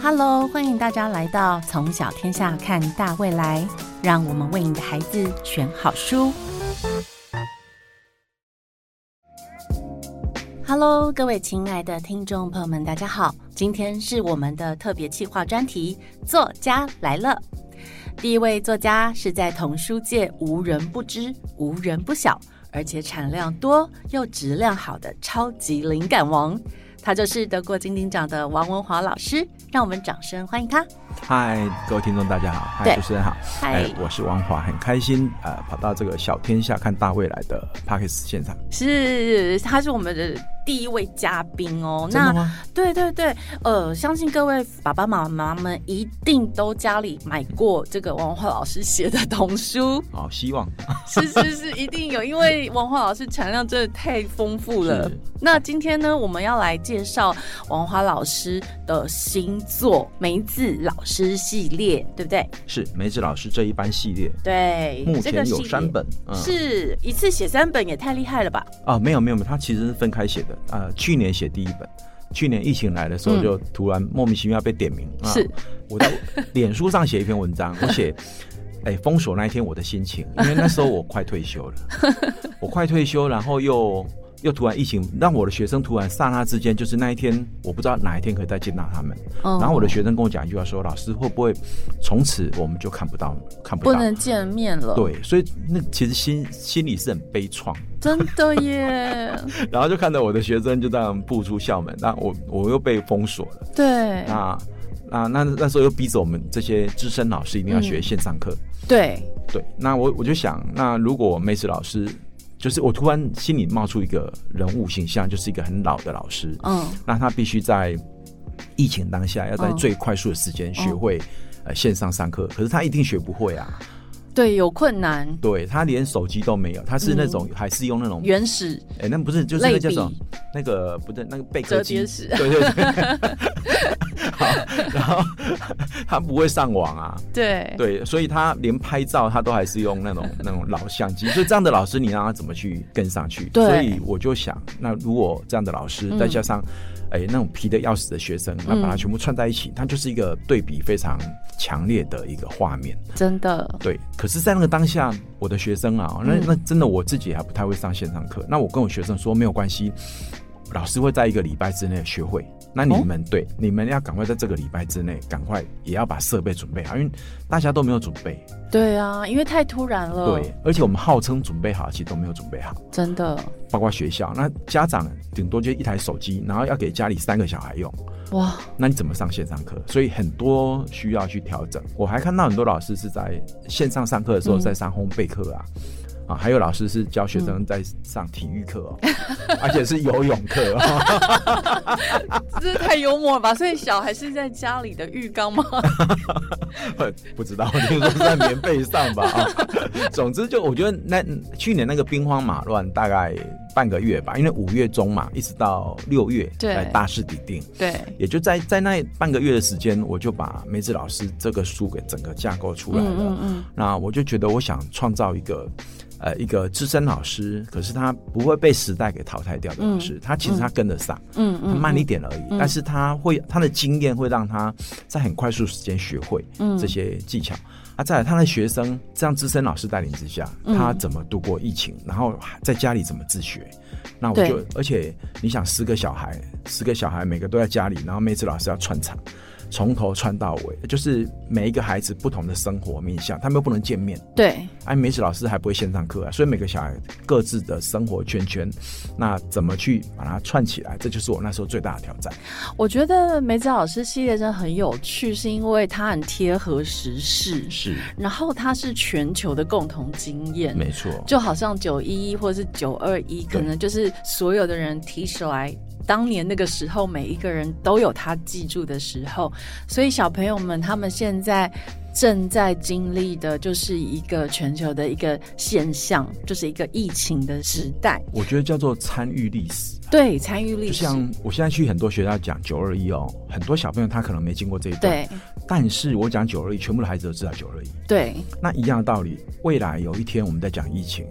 Hello， 欢迎大家来到从小天下看大未来，让我们为你的孩子选好书。Hello， 各位亲爱的听众朋友们，大家好，今天是我们的特别企划专题，作家来了。第一位作家是在童书界无人不知、无人不晓，而且产量多又质量好的超级灵感王，他就是得过金鼎奖的王文华老师，让我们掌声欢迎他。 嗨，各位听众大家好，嗨，主持人好，我是王华，很开心跑到这个小天下看大未来的 Podcast 现场。 是，他是我们的第一位嘉宾哦。 真的吗？ 对对对，相信各位爸爸妈妈们一定都家里买过这个王文华老师写的童书。 好，希望是，一定有，因为王文华老师产量真的太丰富了。那今天呢，我们要来介绍王文华老师的新作梅子老师系列，对不对？ 是梅子老师这一班系列， 对， 目前有3本， 是一次写3本也太厉害了吧？ 没有，他其实是分开写的，去年写第一本，去年疫情来的时候就突然莫名其妙被点名， 是我在脸书上写一篇文章，我写封锁那一天我的心情，因为那时候我快退休了，然后又突然疫情，让我的学生突然刹那之间，就是那一天我不知道哪一天可以再见到他们，然后我的学生跟我讲一句话说，老师会不会从此我们就看不到不能见面了？对， 所以那其实心里是很悲怆， 真的耶。 然后就看到我的学生就这样步出校门，那我又被封锁了。 对， 那时候又逼着我们这些资深老师一定要学线上课。 对， 那我就想，那如果梅子老师，就是我突然心里冒出一个人物形象，就是一个很老的老师，那他必须在疫情当下要在最快速的时间学会线上上课，可是他一定学不会啊。 对，有困难。对， 他连手机都没有，他是那种还是用那种原始， 那不是，就是那叫什么那个不对，那个贝壳机， 折叠式。 对。好，然后他不会上网啊，对，所以他连拍照他都还是用那种老相机，所以这样的老师你让他怎么去跟上去？所以我就想，那如果这样的老师再加上那种皮得要死的学生，那把它全部串在一起，它就是一个对比非常强烈的一个画面， 真的。 对，可是在那个当下，我的学生啊，那真的我自己还不太会上线上课，那我跟我学生说没有关系，老师会在1个礼拜之内学会。那你们你们要赶快在这个礼拜之内，赶快也要把设备准备好，因为大家都没有准备。 对啊，因为太突然了。 对，而且我们号称准备好，其实都没有准备好。 真的。 包括学校，那家长顶多就1台手机，然后要给家里3个小孩用。哇，那你怎么上线上课？所以很多需要去调整。我还看到很多老师是在线上上课的时候在上烘焙课还有老师是教学生在上体育课而且是游泳课这太幽默了吧？所以小孩是在家里的浴缸吗？ 不知道，听说是在棉被上吧总之就我觉得去年那个兵荒马乱大概半个月吧，因为5月中嘛，一直到6月才大势已定。对，也就在那半个月的时间，我就把梅子老师这个书给整个架构出来了。那我就觉得我想创造一个资深老师，可是他不会被时代给淘汰掉的老师，他其实他跟得上，他慢一点而已，但是他的经验会让他在很快速时间学会这些技巧。再来他的学生这样资深老师带领之下，他怎么度过疫情，然后在家里怎么自学。那我就，而且你想10个小孩每个都在家里，然后梅子老师要串场，从头串到尾，就是每一个孩子不同的生活面向，他们又不能见面。对，梅子老师还不会线上课所以每个小孩各自的生活圈，那怎么去把它串起来？这就是我那时候最大的挑战。 我觉得梅子老师系列真的很有趣，是因为它很贴合时事，是，然后它是全球的共同经验，没错，就好像911或者是921，可能就是所有的人提起来。当年那个时候，每一个人都有他记住的时候，所以小朋友们他们现在正在经历的就是一个全球的一个现象，就是一个疫情的时代。 我觉得叫做参与历史。 对，参与历史。 就像我现在去很多学校讲921很多小朋友他可能没经过这一段，对。但是我讲921，全部的孩子都知道921。对。那一样的道理，未来有一天我们在讲疫情。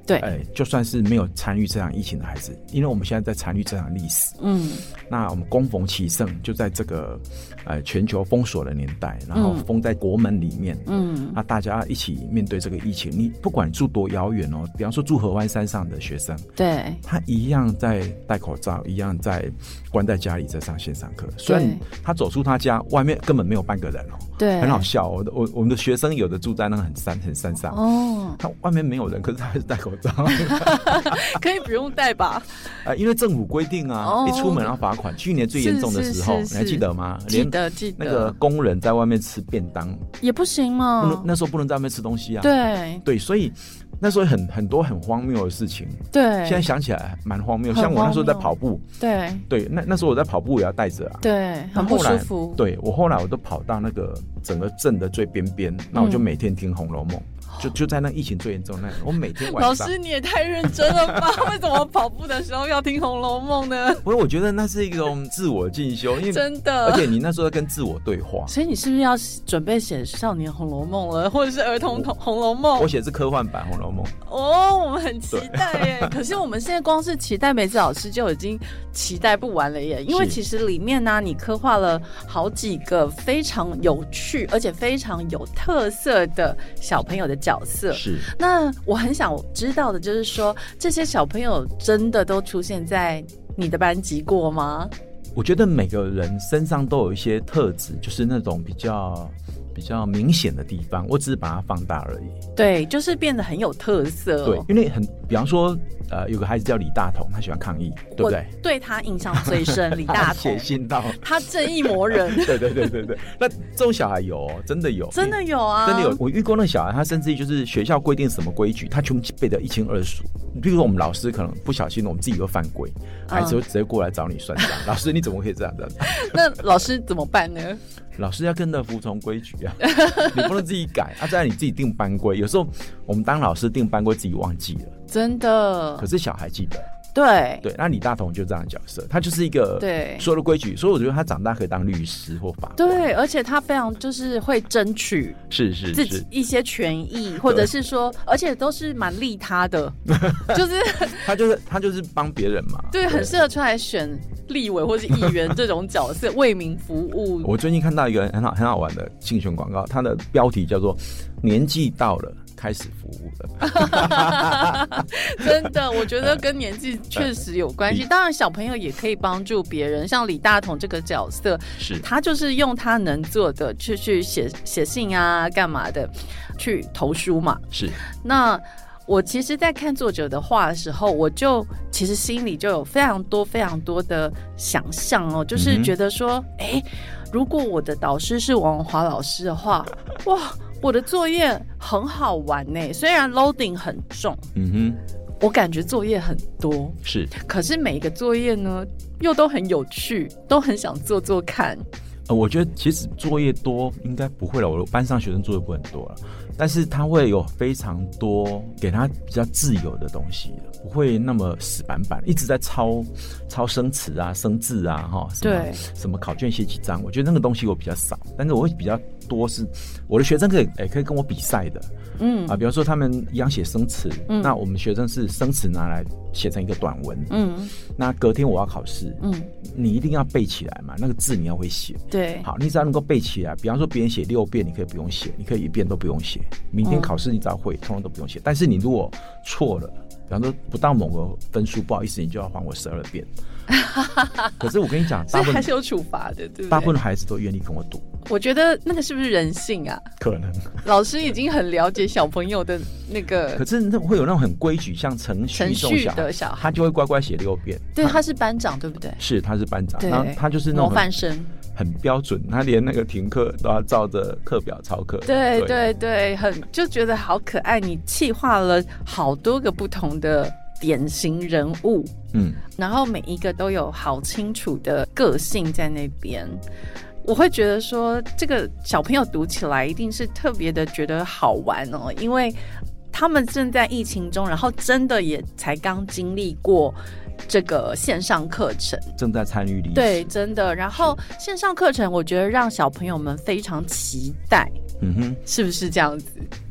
对， 就算是没有参与这场疫情的孩子，因为我们现在在参与这场历史，那我们恭逢其盛，就在这个全球封锁的年代，然后封在国门里面，那大家一起面对这个疫情，你不管住多遥远哦，比方说住合欢山上的学生， 对， 他一样在戴口罩，一样在关在家里在上线上课，虽然他走出他家外面根本没有半个人哦， 对， 很好笑哦，我们的学生有的住在那个很山上哦，他外面没有人，可是他还是戴口罩可以不用戴吧？ 因为政府规定啊，一出门要罚款。去年最严重的时候，你还记得吗？ 记得。 那个工人在外面吃便当也不行吗？ 那时候不能在外面吃东西啊。 对， 所以那时候很多很荒谬的事情。 对， 现在想起来蛮荒谬。像我那时候在跑步， 对， 那时候我在跑步也要带着啊。 对，很不舒服。 对，我后来我都跑到那个整个镇的最边边，那我就每天听《红楼梦》。就在那疫情最严重那，我每天晚上。 老师你也太认真了吧？为什么跑步的时候要听《红楼梦》呢？ 不是，我觉得那是一种自我进修，因为真的， 而且你那时候在跟自我对话。 所以你是不是要准备写少年《红楼梦》了，或者是儿童《红楼梦》？ 我写的是科幻版《红楼梦》。 哦，我们很期待耶！可是我们现在光是期待梅子老师就已经期待不完了耶，因为其实里面呢，你刻画了好几个非常有趣而且非常有特色的小朋友的角色。 是。 那我很想知道的就是说，这些小朋友真的都出现在你的班级过吗？ 我觉得每个人身上都有一些特质，就是那种比较明显的地方，我只是把它放大而已。 对，就是变得很有特色。 对，因为比方说，有个孩子叫李大同，他喜欢抗议，对不对？ 对他印象最深，李大同写信到他正义魔人。 对，那这种小孩有真的有， 真的有啊， 真的有。我遇过那个小孩，他甚至就是学校规定什么规矩，他全部背得一清二楚。比如说我们老师可能不小心，我们自己又犯规，孩子会直接过来找你算账。老师，你怎么可以这样子？ 那老师怎么办呢？ 老师要跟着服从规矩啊，你不能自己改啊，再来你自己定班规。有时候我们当老师定班规自己忘记了， 真的。 可是小孩记得。 对， 那李大同就这样的角色，他就是一个所有的规矩，所以我觉得他长大可以当律师或法官。对， 而且他非常就是会争取自己一些权益，或者是说，而且都是蛮利他的，就是他就是帮别人嘛。 对，很适合出来选立委或是议员这种角色，为民服务。 我最近看到一个很好玩的竞选广告，它的标题叫做“年纪到了开始服务了”。 真的，我觉得跟年纪确实有关系。当然，小朋友也可以帮助别人，像李大同这个角色，他就是用他能做的去写信啊，干嘛的，去投书嘛。 是。 那我其实在看作者的话的时候，我就其实心里就有非常多的想象哦，就是觉得说，如果我的导师是王文华老师的话，哇，我的作业很好玩呢，虽然 loading 很重，我感觉作业很多，可是每一个作业呢又都很有趣，都很想做做看。 我觉得其实作业多应该不会了，我班上学生作业不会很多了，但是他会有非常多给他比较自由的东西，不会那么死板板，一直在抄生词啊、生字啊，什么考卷写几张，我觉得那个东西我比较少，但是我会比较多是我的学生可以跟我比赛的，比方说他们一样写生词，那我们学生是生词拿来写成一个短文，那隔天我要考试，你一定要背起来嘛，那个字你要会写。 对， 好，你只要能够背起来，比方说别人写6遍，你可以不用写，你可以1遍都不用写。明天考试你只要会，通通都不用写。但是你如果错了，比方说不到某个分数，不好意思，你就要还我12遍。可是我跟你讲，大部分还是有处罚的，对不对？ 大部分的孩子都愿意跟我赌。 我觉得那个是不是人性啊？ 可能老师已经很了解小朋友的那个， 可是那会有那种很规矩，像程序的小孩，他就会乖乖写6遍。 对，他是班长，对不对？ 是，他是班长，然后他就是那种模范生， 很标准，他连那个停课都要照着课表操课。 对，就觉得好可爱。你企划了好多个不同的典型人物，然后每一个都有好清楚的个性在那边。我会觉得说，这个小朋友读起来一定是特别的觉得好玩哦，因为他们正在疫情中，然后真的也才刚经历过这个线上课程， 正在参与历史。 对，真的。然后线上课程，我觉得让小朋友们非常期待，是不是这样子？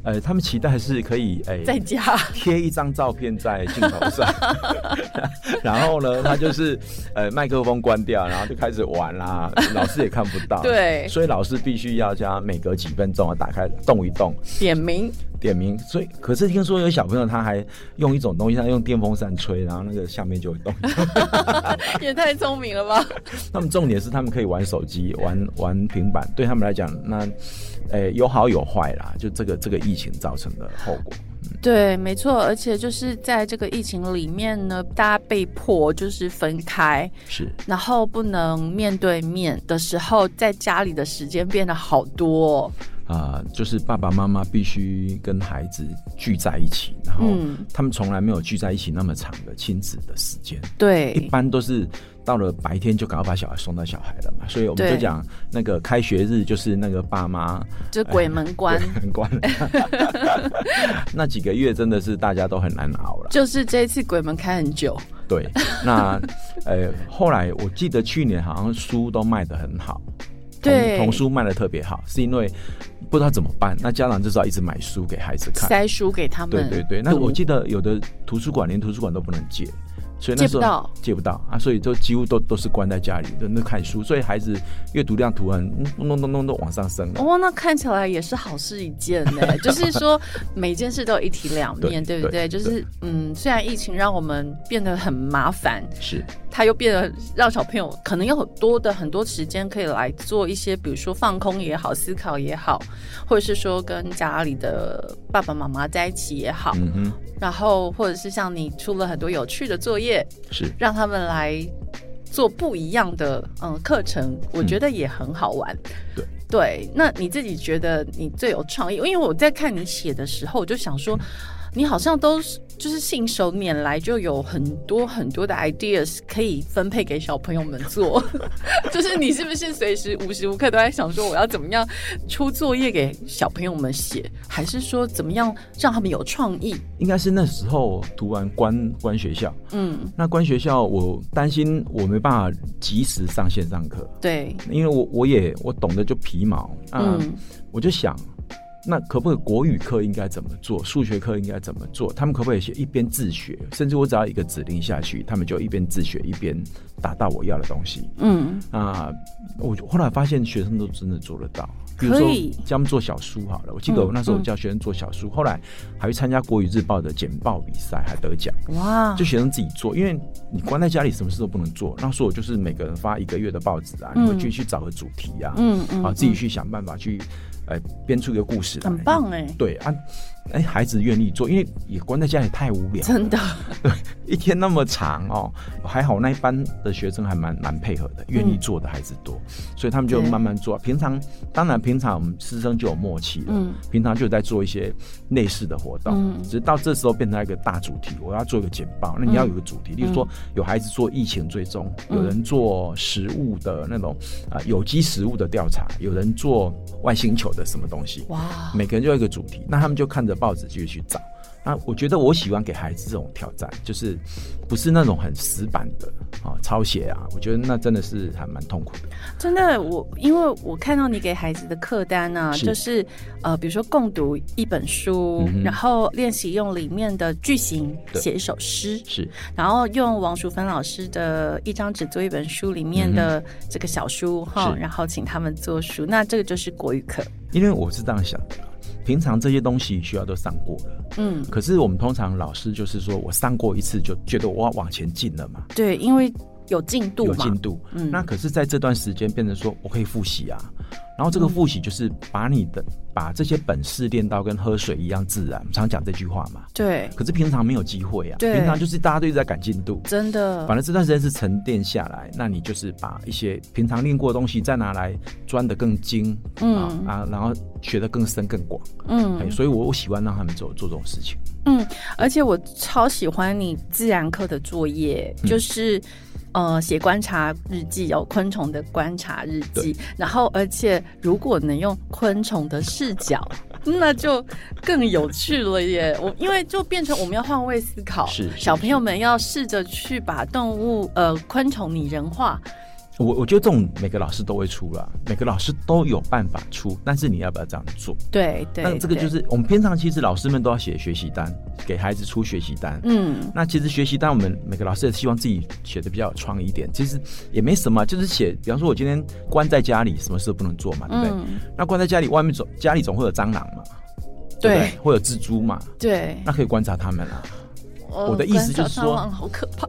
他们期待是可以在家贴一张照片在镜头上，然后呢，他就是麦克风关掉，然后就开始玩啦，老师也看不到， 对， 所以老师必须要将每隔几分钟打开动一动， 点名。 所以可是听说有小朋友他还用一种东西，他用电风扇吹，然后那个下面就会动， 也太聪明了吧。 他们重点是他们可以玩手机玩平板，对他们来讲那有好有坏啦，就这个疫情造成的后果。 对，没错，而且就是在这个疫情里面呢，大家被迫就是分开， 是， 然后不能面对面的时候，在家里的时间变得好多就是爸爸妈妈必须跟孩子聚在一起，然后他们从来没有聚在一起那么长的亲子的时间。对，一般都是到了白天就赶快把小孩送到小孩了嘛，所以我们就讲那个开学日就是那个爸妈就鬼门关， 鬼门关那几个月真的是大家都很难熬了。 就是这一次鬼门开很久。 对，那后来我记得去年好像书都卖得很好。对，童书卖得特别好，是因为不知道怎么办，那家长就是要一直买书给孩子看， 塞书给他们。 对，那我记得有的图书馆连图书馆都不能借，所以那时候借不到啊，所以就几乎都是关在家里的那看书，所以孩子阅读量突然咚都往上升了。 那看起来也是好事一件呢。就是说每件事都有一体两面，对不对？就是虽然疫情让我们变得很麻烦，是。他又变得让小朋友可能有很多时间可以来做一些，比如说放空也好，思考也好，或者是说跟家里的爸爸妈妈在一起也好，然后或者是像你出了很多有趣的作业，是让他们来做不一样的课程，我觉得也很好玩。对，那你自己觉得你最有创意？因为我在看你写的时候，我就想说，你好像都就是信手拈来，就有很多的 ideas 可以分配给小朋友们做。就是你是不是随时无时无刻都在想说，我要怎么样出作业给小朋友们写，还是说怎么样让他们有创意？应该是那时候突然关学校，那关学校，我担心我没办法及时上线上课。对，因为我懂得就皮毛，我就想。那可不可以国语课应该怎么做，数学课应该怎么做？他们可不可以一边自学，甚至我只要一个指令下去，他们就一边自学一边达到我要的东西。我后来发现学生都真的做得到。比如说教他们做小书好了，我记得我那时候教学生做小书，后来还会参加国语日报的简报比赛，还得奖。哇！就学生自己做，因为你关在家里什么事都不能做，那时候我就是每个人发1个月的报纸啊，你回去去找个主题啊，自己去想办法去编出一个故事来，很棒对啊，孩子愿意做，因为也关在家里太无聊，真的。对，一天那么长还好那一班的学生还蛮配合的，愿意做的孩子多，所以他们就慢慢做。当然平常我们师生就有默契了，平常就在做一些类似的活动，只是到这时候变成一个大主题，我要做一个简报，那你要有个主题，例如说有孩子做疫情追踪，有人做食物的那种有机食物的调查，有人做外星球的什么东西，哇，每个人就有一个主题，那他们就看着报纸继续去找。那我觉得我喜欢给孩子这种挑战，就是不是那种很死板的抄写啊，我觉得那真的是还蛮痛苦的。真的，因为我看到你给孩子的课单啊，就是比如说共读一本书，然后练习用里面的句型写一首诗，是，然后用王淑芬老师的一张纸做一本书里面的这个小书然后请他们做书，那这个就是国语课。因为我是这样想的。平常这些东西学校都上过了，可是我们通常老师就是说我上过一次就觉得我要往前进了嘛，对，因为有进度嘛，有进度，那可是在这段时间变成说我可以复习啊，然后这个复习就是把这些本事练到跟喝水一样自然，我们常讲这句话嘛，对，可是平常没有机会啊，平常就是大家都一直在赶进度，真的，反正这段时间是沉淀下来，那你就是把一些平常练过的东西再拿来钻得更精，然后学得更深更广，所以我喜欢让他们做这种事情，而且我超喜欢你自然课的作业，就是写观察日记，有昆虫的观察日记，然后而且如果能用昆虫的视角，那就更有趣了耶！因为就变成我们要换位思考，小朋友们要试着去把动物昆虫拟人化。 我觉得这种每个老师都会出啦，每个老师都有办法出，但是你要不要这样做？ 对对。 那这个就是我们平常其实老师们都要写学习单，给孩子出学习单。那其实学习单我们每个老师也希望自己写的比较有创意一点，其实也没什么，就是写，比方说我今天关在家里，什么事都不能做嘛，对不对？那关在家里，外面家里总会有蟑螂嘛，对不对？会有蜘蛛嘛，对，那可以观察他们啊。我的意思就是说， 好可怕。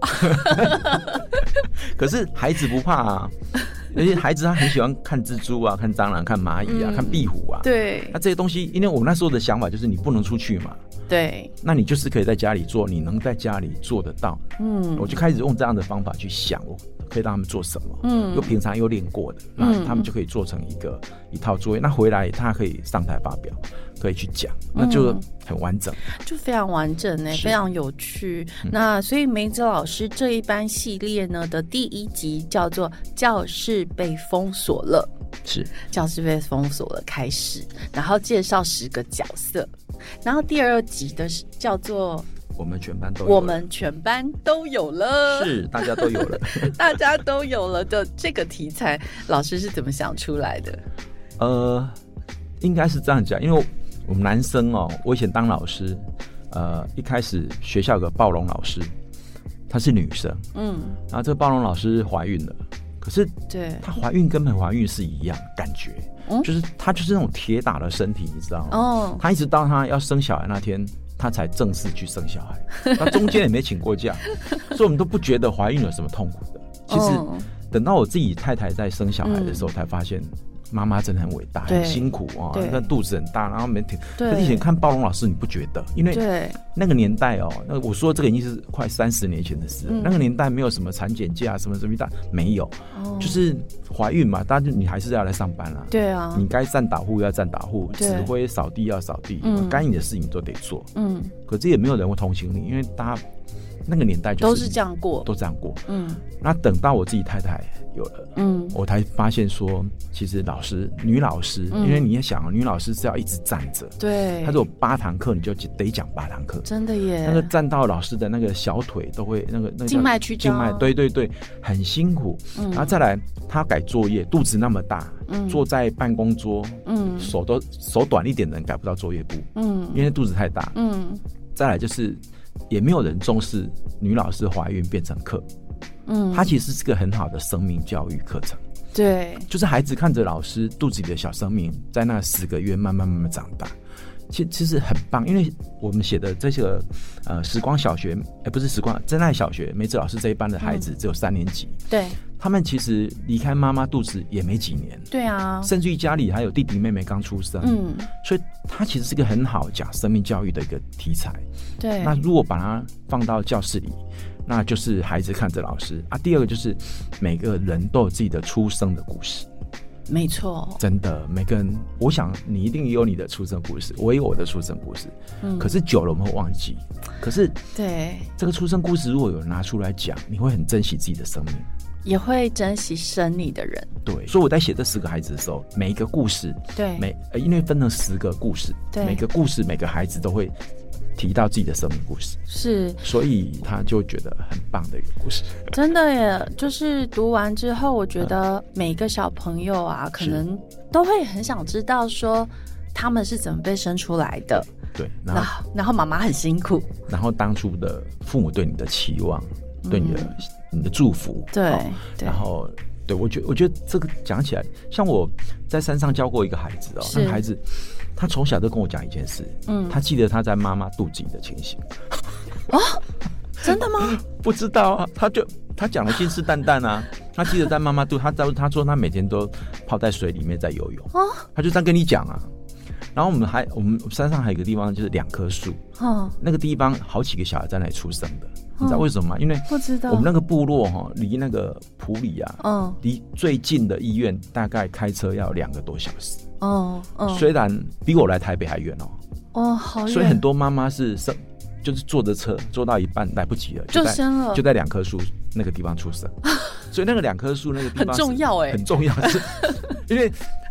可是孩子不怕啊，而且孩子他很喜欢看蜘蛛啊、看蟑螂、看蚂蚁啊、看壁虎啊。对，那这些东西，因为我那时候的想法就是你不能出去嘛。对，那你就是可以在家里做，你能在家里做得到。我就开始用这样的方法去想，我可以让他们做什么。又平常又练过的，那他们就可以做成一套作业。那回来他可以上台发表，可以去讲，那就很完整， 就非常完整呢，非常有趣。那所以梅子老师这一班系列呢的第1集叫做《教室被封锁了》，是教室被封锁了开始，然后介绍10个角色，然后第2集的叫做我们全班都有了，是大家都有了， 大家都有了的这个题材，老师是怎么想出来的？ 应该是这样讲，因为我们男生我以前当老师，一开始学校有个暴龙老师，她是女生，然后这个暴龙老师怀孕了，可是对她怀孕跟没怀孕是一样感觉，就是她就是那种铁打的身体，你知道吗？她一直到她要生小孩那天，她才正式去生小孩，她中间也没请过假，所以我们都不觉得怀孕有什么痛苦的。其实等到我自己太太在生小孩的时候，才发现妈妈真的很伟大，很辛苦啊，那肚子很大，然后每天。可是以前看暴龙老师，你不觉得？因为那个年代那我说这个已经是快30年前的事了。那个年代没有什么产检假，什么没有，就是怀孕嘛，但是你还是要来上班啦。对啊，你该站打护要站打护，指挥扫地要扫地，该你的事情都得做。可是也没有人会同情你，因为大家那个年代就是都是这样过。那等到我自己太太有了，我才发现说，其实女老师，因为你也想，女老师是要一直站着，对，她如果8堂课，你就得讲8堂课，真的耶。那个站到老师的那个小腿都会那个静脉曲张，静脉，对，很辛苦。然后再来，她改作业，肚子那么大，坐在办公桌，手短一点的人改不到作业簿，因为肚子太大。再来就是，也没有人重视女老师怀孕变成课。它其实是个很好的生命教育课程。对，就是孩子看着老师肚子里的小生命，在那10个月慢慢长大，其实很棒。因为我们写的这些时光小学，不是时光真爱小学，梅子老师这一班的孩子只有3年级。对，他们其实离开妈妈肚子也没几年。对啊，甚至于家里还有弟弟妹妹刚出生。所以它其实是个很好讲生命教育的一个题材。对，那如果把它放到教室里，那就是孩子看着老师啊。第二个就是每个人都有自己的出生的故事。没错，真的，每个人，我想你一定也有你的出生故事，我也有我的出生故事。可是久了我们会忘记。可是对这个出生故事，如果有人拿出来讲，你会很珍惜自己的生命，也会珍惜生你的人。对，所以我在写这10个孩子的时候，每一个故事，对，因为分了10个故事，每个故事每个孩子都会提到自己的生命故事，是，所以他就觉得很棒的一个故事。真的耶，就是读完之后，我觉得每个小朋友啊，可能都会很想知道说他们是怎么被生出来的。对，然后妈妈很辛苦，然后当初的父母对你的期望，对你的祝福，对，然后对我觉得这个讲起来，像我在山上教过一个孩子那个孩子。他从小都跟我讲一件事，他记得他在妈妈肚子里的情形。真的吗？不知道啊，他讲的信誓旦旦啊，他记得在妈妈肚，他说他每天都泡在水里面在游泳，他就这样跟你讲啊。然后我们山上还有一个地方就是2棵树，那个地方好几个小孩在那里出生的。你知道为什么吗？因为不知道我们那个部落离那个埔里啊，离最近的医院大概开车要2个多小时。虽然比我来台北还远好远。所以很多妈妈是就是坐着车坐到一半来不及了，就生了，就在2棵树那个地方出生。所以那个2棵树那个地方很重要很重要，是因为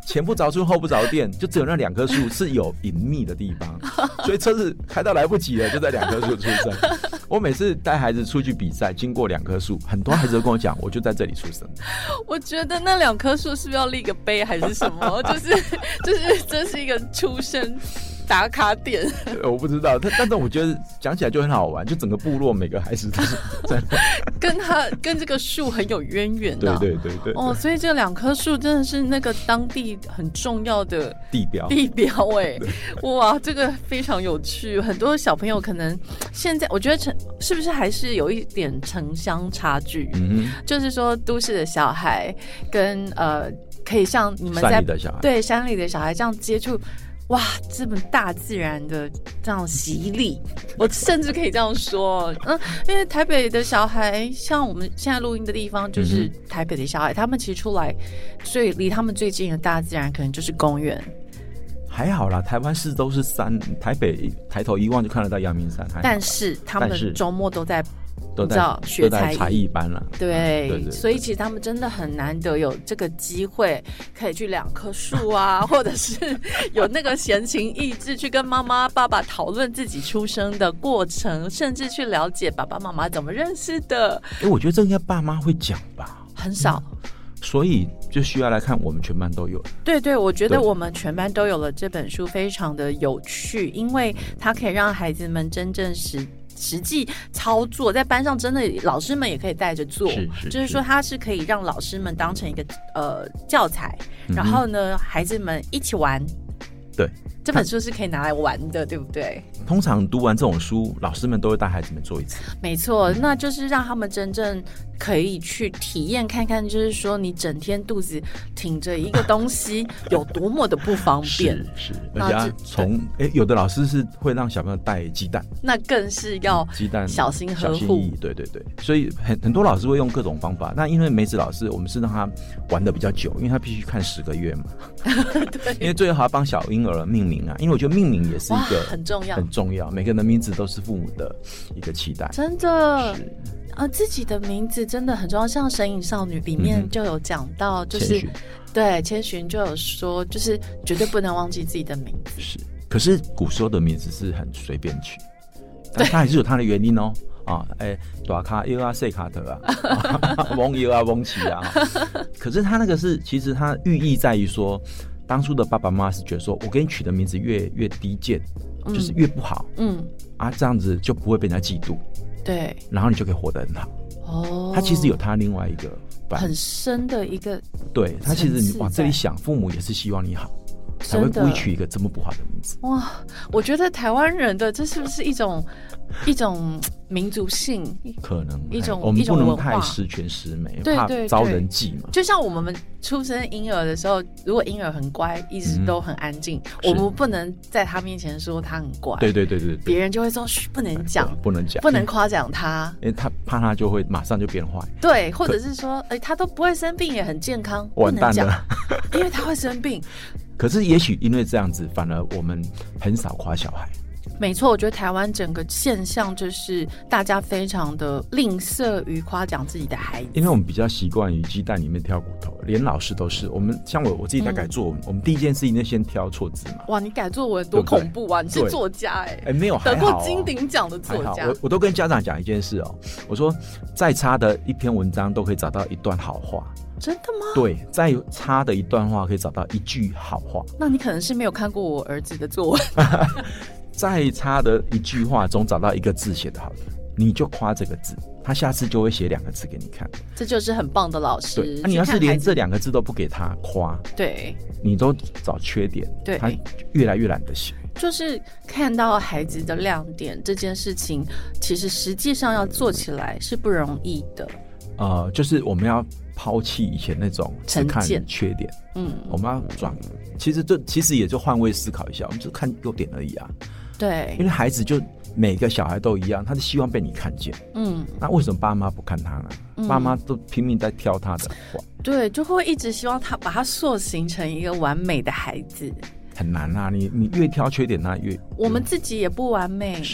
前不着村后不着店，就只有那2棵树是有隐秘的地方，所以车子开到来不及了，就在2棵树出生。我每次带孩子出去比赛，经过2棵树，很多孩子都跟我讲，我就在这里出生。 我觉得那2棵树是不是要立个碑还是什么？就是这是一个出生打卡点。 我不知道，但是我觉得讲起来就很好玩，就整个部落每个孩子都是在跟这个树很有渊源的。对哦， 所以这2棵树真的是那个当地很重要的地标哎，哇，这个非常有趣。很多小朋友可能现在我觉得是不是还是有一点城乡差距？就是说都市的小孩跟可以像你们在山里的小孩这样接触。哇，这么大自然的这样洗礼，我甚至可以这样说，因为台北的小孩，像我们现在录音的地方，就是台北的小孩，他们其实出来，所以离他们最近的大自然可能就是公园。 还好啦，台湾市都是山，台北抬头一望就看得到阳明山。 但是他们的周末都在学才艺班了。 对，所以其实他们真的很难得有这个机会可以去2棵树啊，或者是有那个闲情逸致去跟妈妈爸爸讨论自己出生的过程，甚至去了解爸爸妈妈怎么认识的。 我觉得这应该爸妈会讲吧， 很少。 所以就需要来看我们全班都有。 对，我觉得我们全班都有了这本书非常的有趣，因为它可以让孩子们真正实际操作，在班上真的老师们也可以带着做，就是说它是可以让老师们当成一个教材，然后呢孩子们一起玩。 对， 这本书是可以拿来玩的，对不对？ 通常读完这种书，老师们都会带孩子们做一次。 没错，那就是让他们真正可以去体验看看，就是说你整天肚子挺着一个东西有多么的不方便。 是，而且有的老师是会让小朋友带鸡蛋， 那更是要鸡蛋小心呵护。 对，所以很多老师会用各种方法。那因为梅子老师，我们是让他玩的比较久，因为他必须看10个月嘛。对，因为最后还要帮小婴儿命名啊，因为我觉得命名也是一个很重要， 每个人的名字都是父母的一个期待。 真的。自己的名字真的很重要，像《神隐少女》里面就有讲到，就是千寻就有说，就是绝对不能忘记自己的名字。 是，可是古时候的名字是很随便取，但它还是有它的原因哦。大卡优啊，细卡特啊，翁优啊，翁奇啊。可是它那个是，其实它寓意在于说，当初的爸爸妈妈是觉得说，我给你取的名字越低贱，就是越不好，这样子就不会被人家嫉妒。对，然后你就可以活得很好。他其实有他另外一个很深的一个， 对，他其实你往这里想，父母也是希望你好，才会故意取一个这么不好的名字。 哇，我觉得台湾人的这是不是一种民族性？ 可能一种我们不能文化太十全十美，怕遭人忌嘛。 就像我们出生婴儿的时候，如果婴儿很乖，一直都很安静，我们不能在他面前说他很乖。 对， 别人就会说不能讲，不能夸奖他， 因为他怕他就会马上就变坏。 对，或者是说，他都不会生病，也很健康， 完蛋了， 因为他会生病。 可是也许因为这样子，反而我们很少夸小孩。 没错，我觉得台湾整个现象就是大家非常的吝啬于夸奖自己的孩子， 因为我们比较习惯于鸡蛋里面挑骨头，连老师都是。我们像我自己在改作文，我们第一件事情就先挑错字嘛。 哇，你改作文多恐怖啊！你是作家没有得过金鼎奖的作家。 我都跟家长讲一件事哦，我说再差的一篇文章都可以找到一段好话。 真的吗？ 对，再差的一段话可以找到一句好话。 那你可能是没有看过我儿子的作文。 再差的一句话总找到一个字写得好的，你就夸这个字，他下次就会写2个字给你看。 这就是很棒的老师。 对，你要是连这2个字都不给他夸， 对， 你都找缺点，对，他越来越懒得写。 就是看到孩子的亮点这件事情，其实实际上要做起来是不容易的。 就是我们要抛弃以前那种只看缺点，我们要转，其实也就换位思考一下，我们就看优点而已啊。对，因为孩子就每个小孩都一样，他是希望被你看见。那为什么爸妈不看他呢？爸妈都拼命在挑他的话， 对，就会一直希望他把他塑形成一个完美的孩子。 很难啊，你越挑缺点，他越我们自己也不完美。 是，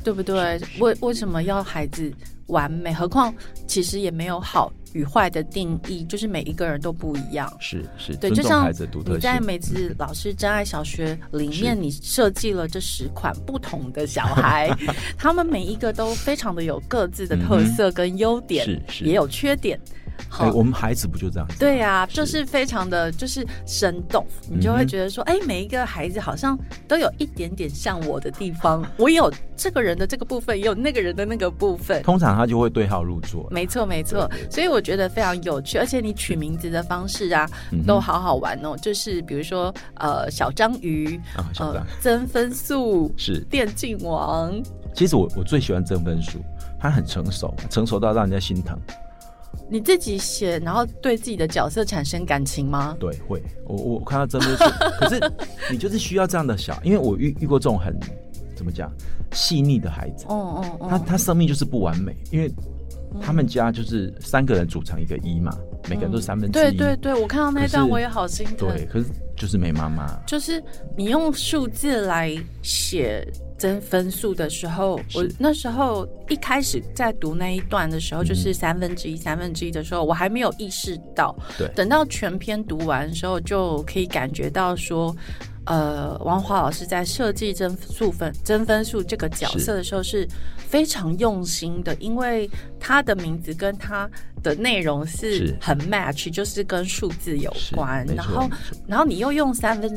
对不对？为什么要孩子完美？何况其实也没有好与坏的定义，就是每一个人都不一样。 是， 对，就像你在梅子老师真爱小学里面，你设计了这10款不同的小孩，他们每一个都非常的有各自的特色跟优点，也有缺点。 我们孩子不就这样子？ 对啊，就是非常的就是生动，你就会觉得说，每一个孩子好像都有一点点像我的地方，我有这个人的这个部分，也有那个人的那个部分。 通常他就会对号入座。 没错，所以我觉得非常有趣，而且你取名字的方式啊，都好好玩哦。就是比如说小章鱼，增分数是电竞王。 其实我最喜欢增分数，他很成熟到让人家心疼。 你自己写，然后对自己的角色产生感情吗？ 对，会。我看到真的是，可是你就是需要这样的因为我遇过这种很怎么讲细腻的孩子。他生命就是不完美，因为他们家就是3个人组成一个1嘛，每个人都1/3。对， 我看到那段我也好心疼。 对，可是就是没妈妈。 就是你用数字来写增分数的时候，我那时候一开始在读那一段的时候，就是1/3的时候，我还没有意识到。 对， 等到全篇读完的时候，就可以感觉到说，王华老师在设计增分数这个角色的时候是非常用心的，因为他的名字跟他的内容是很 match， 就是跟数字有关，然后你又用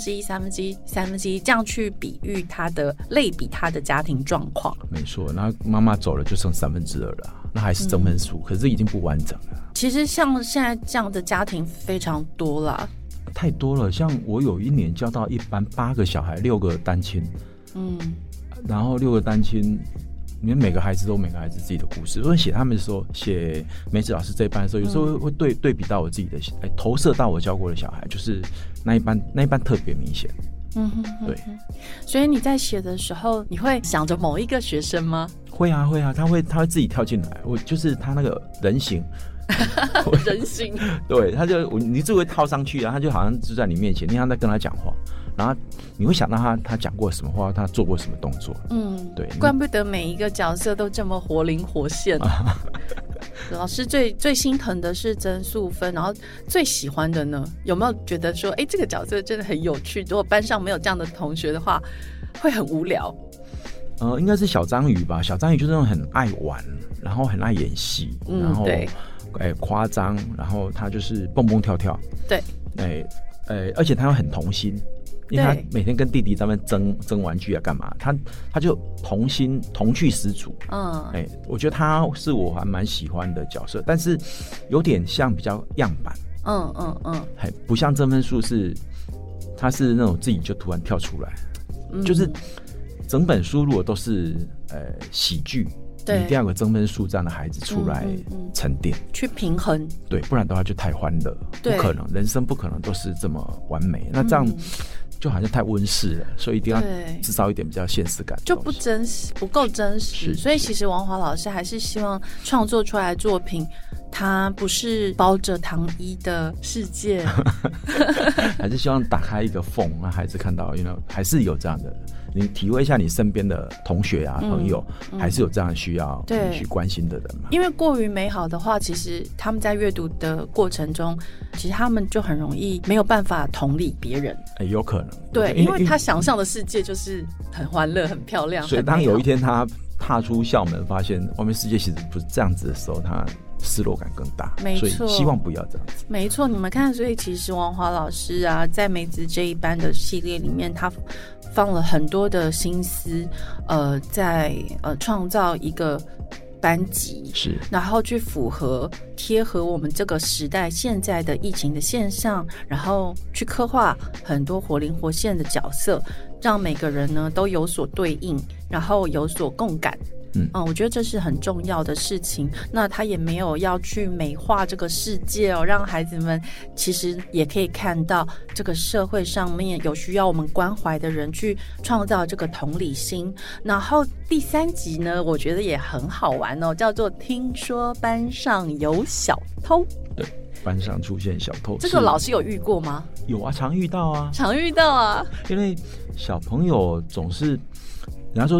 1/3这样去比喻他的类比他的家庭状况。 没错，然后妈妈走了就剩2/3了，那还是增分数，可是已经不完整了。 其实像现在这样的家庭非常多啦。 太多了，像我有一年教到一班8个小孩，6个单亲，然后6个单亲，你们每个孩子自己的故事。我写他们的时候，写梅子老师这一班的时候，有时候会对比到我自己的，投射到我教过的小孩，就是那一班特别明显。对。 所以你在写的时候，你会想着某一个学生吗？ 会啊，他会自己跳进来，我就是他那个人形。 人形对，他就你就会套上去啊，他就好像就在你面前，你好像在跟他讲话，然后你会想到他讲过什么话，他做过什么动作。对， 怪不得每一个角色都这么活灵活现。老师最心疼的是增速分，然后最喜欢的呢，有没有觉得说，这个角色真的很有趣？如果班上没有这样的同学的话，会很无聊。 应该是小章鱼吧。小章鱼就是那种很爱玩，然后很爱演戏，然后夸张，然后他就是蹦蹦跳跳。 对， 而且他又很童心，因为他每天跟弟弟在那边争玩具啊，干嘛？他就童心童趣十足。我觉得他是我还蛮喜欢的角色，但是有点像比较样板。不像增分数他是那种自己就突然跳出来，就是整本书如果都是喜剧。你一定要有增分数这样的孩子出来沉淀， 去平衡。 对，不然的话就太欢乐，不可能，人生不可能都是这么完美。那这样就好像太温室了，所以一定要制造一点比较现实感， 就不真实，不够真实。所以其实王华老师还是希望创作出来的作品，它不是包着糖衣的世界， 还是希望打开一个缝，让孩子看到，还是有这样的。你体会一下你身边的同学啊、朋友，还是有这样需要你去关心的人嘛？ 因为过于美好的话，其实他们在阅读的过程中，其实他们就很容易没有办法同理别人。 有可能。 对，因为他想象的世界就是很欢乐、很漂亮。 所以当有一天他踏出校门，发现外面世界其实不是这样子的时候，他失落感更大。 没错， 所以希望不要这样子。 没错，你们看，所以其实王华老师啊，在梅子这一班的系列里面，他放了很多的心思，在创造一个班级， 是， 然后去贴合我们这个时代现在的疫情的现象，然后去刻画很多活灵活现的角色，让每个人呢都有所对应，然后有所共感。我觉得这是很重要的事情。那他也没有要去美化这个世界哦，让孩子们其实也可以看到这个社会上面有需要我们关怀的人，去创造这个同理心。然后第3集呢，我觉得也很好玩哦，叫做听说班上有小偷。 对，班上出现小偷， 这个老师有遇过吗？ 有啊，常遇到啊。 因为小朋友总是人家说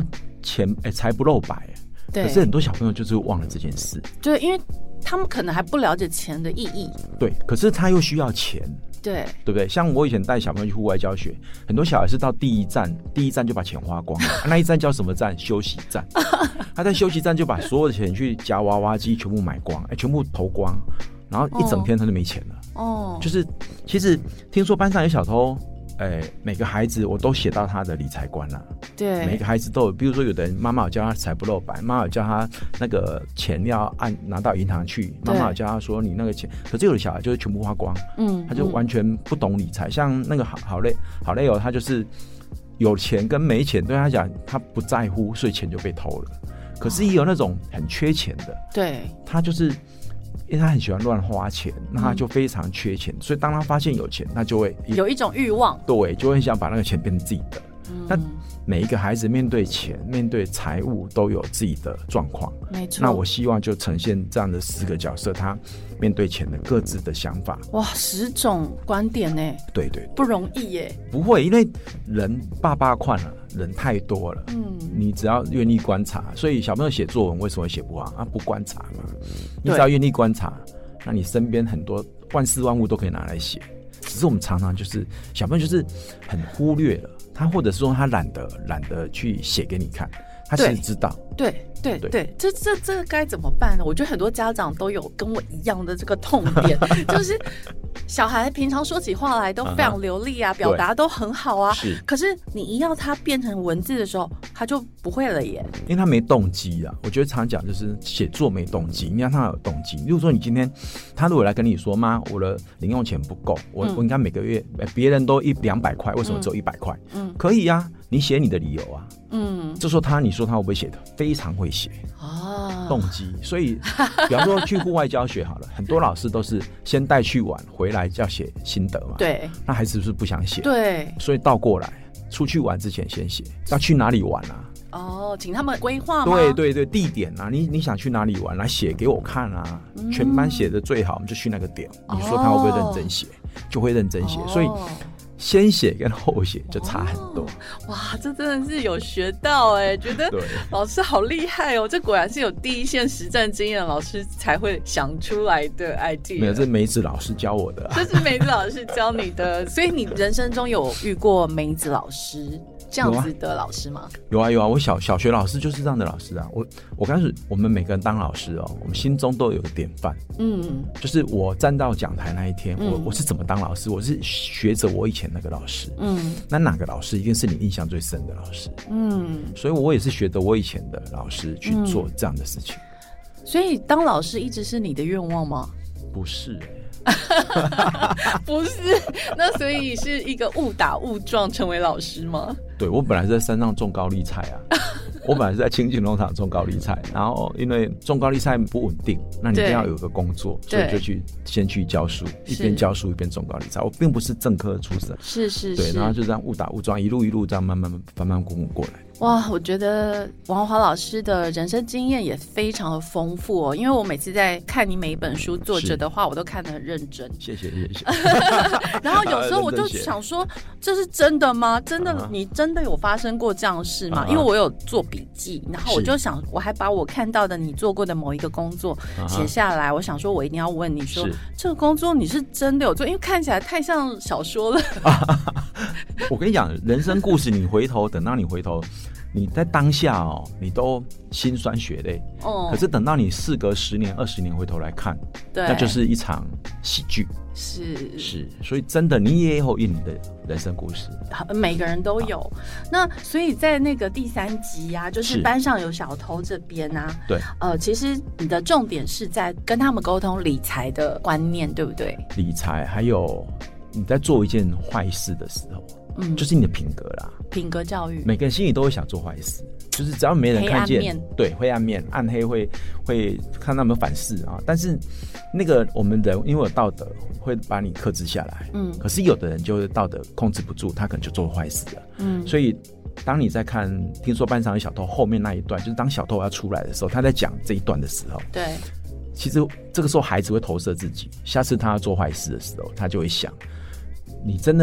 钱财不露白，对，可是很多小朋友就是忘了这件事。 对，因为他们可能还不了解钱的意义。 对，可是他又需要钱。 对， 对不对？像我以前带小朋友去户外教学，很多小孩是到第一站就把钱花光了，那一站叫什么站？休息站。他在休息站就把所有的钱去夹娃娃机全部买光，全部投光，然后一整天他就没钱了。哦，就是其实听说班上有小偷。每个孩子我都写到他的理财观了。 对， 每个孩子都有，比如说有的人妈妈有教他财不露白，妈妈有教他那个钱要拿到银行去，妈妈有教他说你那个钱，可是有的小孩就是全部花光，他就完全不懂理财。像那个好累哦，他就是有钱跟没钱对他讲他不在乎，所以钱就被偷了。可是也有那种很缺钱的，对，他就是因为他很喜欢乱花钱，那他就非常缺钱，所以当他发现有钱，他就会有一种欲望， 对，就会想把那个钱变成自己的。那每一个孩子面对钱、面对财务都有自己的状况，没错。那我希望就呈现这样的10个角色，他面对钱的各自的想法。 哇，10种观点呢？ 对对， 不容易耶。 不会，因为人爸宽了，人太多了。你只要愿意观察，所以小朋友写作文为什么会写不好啊？不观察嘛。你只要愿意观察，那你身边很多万事万物都可以拿来写。只是我们常常就是小朋友就是很忽略了。他或者是说他懒得去写给你看，他其实知道。对，这该怎么办呢？我觉得很多家长都有跟我一样的这个痛点，就是小孩平常说起话来都非常流利啊，表达都很好啊，可是你一要他变成文字的时候，他就不会了耶， 因为他没动机啊。我觉得常讲就是写作没动机，你让他有动机。例如说你今天他如果来跟你说，妈，我的零用钱不够，我应该每个月别人都100-200块，为什么只有100块？可以啊，你写你的理由啊。这时候你说他会不会写的？非常会写哦，动机。所以比方说去户外教学好了，很多老师都是先带去玩，回来要写心得嘛。对，那孩子是不是不想写？对，所以倒过来，出去玩之前先写，要去哪里玩啊？ 哦，请他们规划吗？ 对，地点啊，你想去哪里玩，来写给我看啊。全班写的最好，我们就去那个点。你说他会不会认真写？就会认真写。所以先写跟后写就差很多。 哇，这真的是有学到哎，觉得老师好厉害哦！这果然是有第一线实战经验的老师才会想出来的 idea。 没有，这梅子老师教我的。 这是梅子老师教你的，所以你人生中有遇过梅子老师这样子的老师吗？ 有啊，我小学老师就是这样的老师啊。我刚开始我们每个人当老师哦，我们心中都有个典范。就是我站到讲台那一天，我是怎么当老师？我是学着我以前那个老师。那哪个老师一定是你印象最深的老师？所以我也是学着我以前的老师去做这样的事情。 所以当老师一直是你的愿望吗？ 不是不是，那所以是一个误打误撞成为老师吗？ 对，我本来是在山上种高丽菜啊。我本来是在清境农场种高丽菜，然后因为种高丽菜不稳定，那你一定要有个工作，所以就先去教书，一边教书一边种高丽菜。我并不是正科出身，是，对，然后就这样误打误撞，一路这样慢慢反反复复过来。 哇，我觉得王华老师的人生经验也非常的丰富哦，因为我每次在看你每一本书作者的话，我都看得很认真。 谢谢。 然后有时候我就想说，这是真的吗？真的，你真的有发生过这样的事吗？因为我有做笔记，然后我就想，我还把我看到的你做过的某一个工作写下来。我想说，我一定要问你说，这个工作你是真的有做？因为看起来太像小说了。 我跟你讲，人生故事，等到你回头。你在当下哦，你都心酸血泪。可是等到你事隔10年、20年回头来看，那就是一场喜剧。是，所以真的，你也有你的人生故事， 每个人都有。那所以在那个第3集啊，就是班上有小偷这边啊，对，其实你的重点是在跟他们沟通理财的观念，对不对？ 理财，还有你在做一件坏事的时候。就是你的品格啦， 品格教育。每个人心里都会想做坏事，就是只要没人看见，对，灰暗面、暗黑会看他们反噬啊。但是那个我们人因为有道德，会把你克制下来。可是有的人就是道德控制不住，他可能就做坏事了。所以当你在看听说班上有小偷后面那一段，就是当小偷要出来的时候，他在讲这一段的时候，对，其实这个时候孩子会投射自己，下次他要做坏事的时候，他就会想。你真的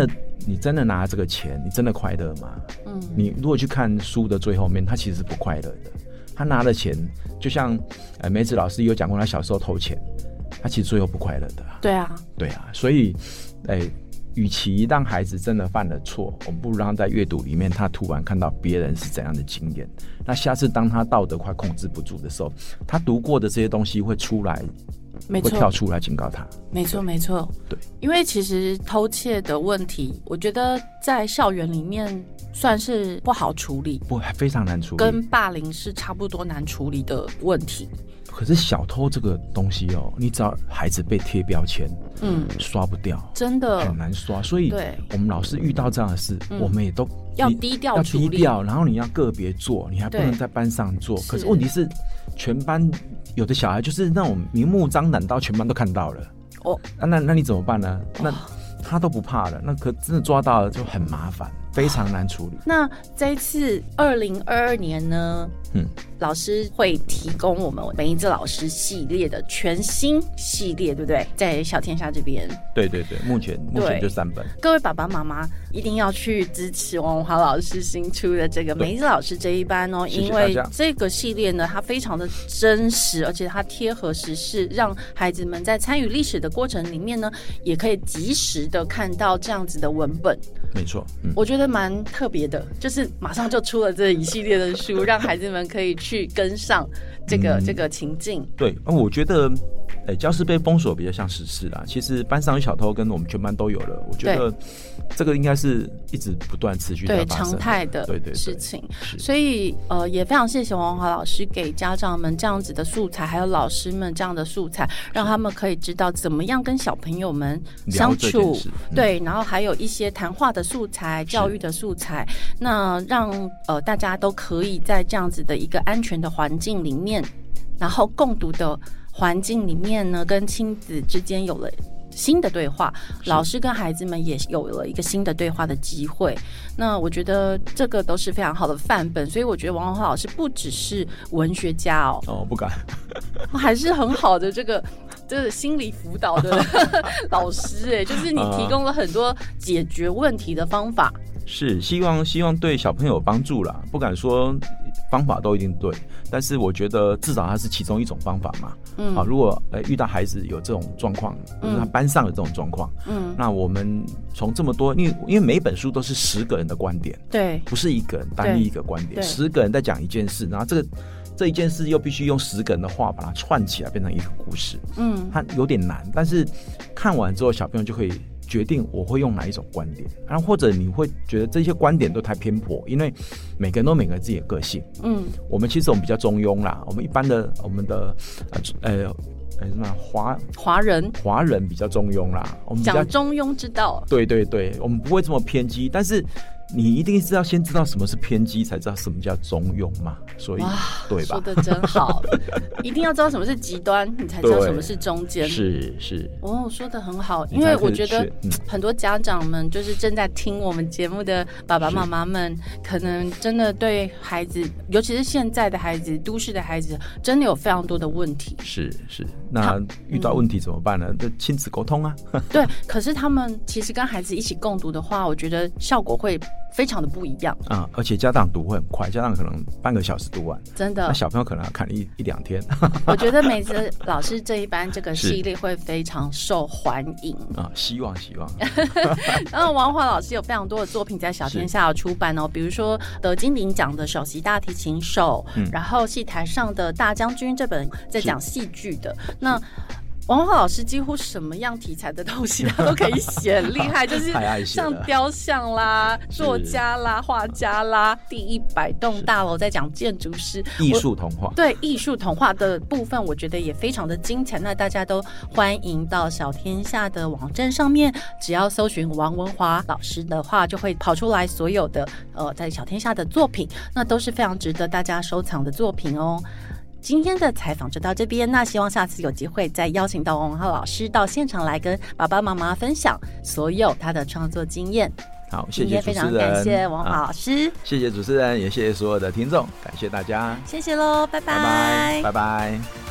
你真的拿这个钱，你真的快乐吗？你如果去看书的最后面，他其实是不快乐的。他拿了钱，就像梅子老师有讲过，他小时候偷钱，他其实最后不快乐的。 对啊， 所以，与其让孩子真的犯了错，我们不如让他在阅读里面，他突然看到别人是怎样的经验。那下次当他道德快控制不住的时候，他读过的这些东西会出来，会跳出来警告他。 没错，对，因为其实偷窃的问题，我觉得在校园里面算是不好处理， 非常难处理， 跟霸凌是差不多难处理的问题。 可是小偷这个东西你只要孩子被贴标签，刷不掉， 真的很难刷。所以我们老师遇到这样的事，我们也都要低调处理， 然后你要个别做，你还不能在班上做。可是问题是，全班有的小孩就是那种明目张胆到全班都看到了，那你怎么办呢？那他都不怕了，那可真的抓到了就很麻烦，非常难处理。 那这一次2022年呢，老师会提供我们梅子老师系列的全新系列，对不对？在小天下这边， 对，目前就3本。 各位爸爸妈妈一定要去支持王文华老师新出的这个梅子老师这一班哦，因为这个系列呢，它非常的真实，而且它贴合时事，让孩子们在参与历史的过程里面呢，也可以及时的看到这样子的文本。 没错， 我觉得蛮特别的，就是马上就出了这一系列的书，让孩子们可以去跟上这个情境。 对，我觉得教室被封锁比较像时事啦，其实班上有小偷跟我们全班都有了，我觉得这个应该是一直不断持续在发生常态的事情。所以也非常谢谢王华老师给家长们这样子的素材，还有老师们这样的素材，让他们可以知道怎么样跟小朋友们相处，对，然后还有一些谈话的素材、教育的素材，那让大家都可以在这样子的一个安全的环境里面，然后共读的环境里面呢，跟亲子之间有了新的对话，老师跟孩子们也有了一个新的对话的机会。那我觉得这个都是非常好的范本，所以我觉得王文华老师不只是文学家不敢， 还是很好的这个心理辅导的老师就是你提供了很多解决问题的方法。 是希望对小朋友有帮助啦，不敢说方法都一定对，但是我觉得至少它是其中一种方法嘛。如果遇到孩子有这种状况，就是他班上的这种状况，那我们从这么多，因为每一本书都是10个人的观点， 对， 不是一个人单一一个观点，10个人在讲一件事，然后这一件事又必须用10个人的话把它串起来变成一个故事，它有点难，但是看完之后小朋友就可以决定我会用哪一种观点，然后或者你会觉得这些观点都太偏颇，因为每个人都有每个人自己的个性。我们其实比较中庸啦，我们一般的我们的什么华人比较中庸啦，我们讲中庸之道。 对，我们不会这么偏激，但是你一定是要先知道什么是偏激，才知道什么叫中庸嘛。所以，对吧？ 说得真好，一定要知道什么是极端，你才知道什么是中间。 是， 说得很好，因为我觉得很多家长们就是正在听我们节目的爸爸妈妈们，可能真的对孩子，尤其是现在的孩子，都市的孩子，真的有非常多的问题。 是，那遇到问题怎么办呢？就亲子沟通啊。 对，可是他们其实跟孩子一起共读的话，我觉得效果会非常的不一样。 而且家长读会很快，家长可能半个小时读完，真的。那小朋友可能要看一两天。 我觉得梅子老师这一班这个系列会非常受欢迎希望。 然后王华老师有非常多的作品在小天下有出版比如说得金鼎奖的首席大提琴手，然后戏台上的大将军这本在讲戏剧的。那王文华老师几乎什么样题材的东西他都可以写，很厉害，就是像雕像啦、作家啦、画家啦，第100栋大楼在讲建筑师， 艺术童话。 对，艺术童话的部分我觉得也非常的精彩。那大家都欢迎到小天下的网站上面，只要搜寻王文华老师的话，就会跑出来所有的在小天下的作品，那都是非常值得大家收藏的作品哦。今天的采访就到这边，那希望下次有机会再邀请到王文华老师到现场来跟爸爸妈妈分享所有他的创作经验。 好，谢谢主持人， 非常感谢王文华老师， 谢谢主持人，也谢谢所有的听众，感谢大家， 谢谢喽，拜拜， 拜拜。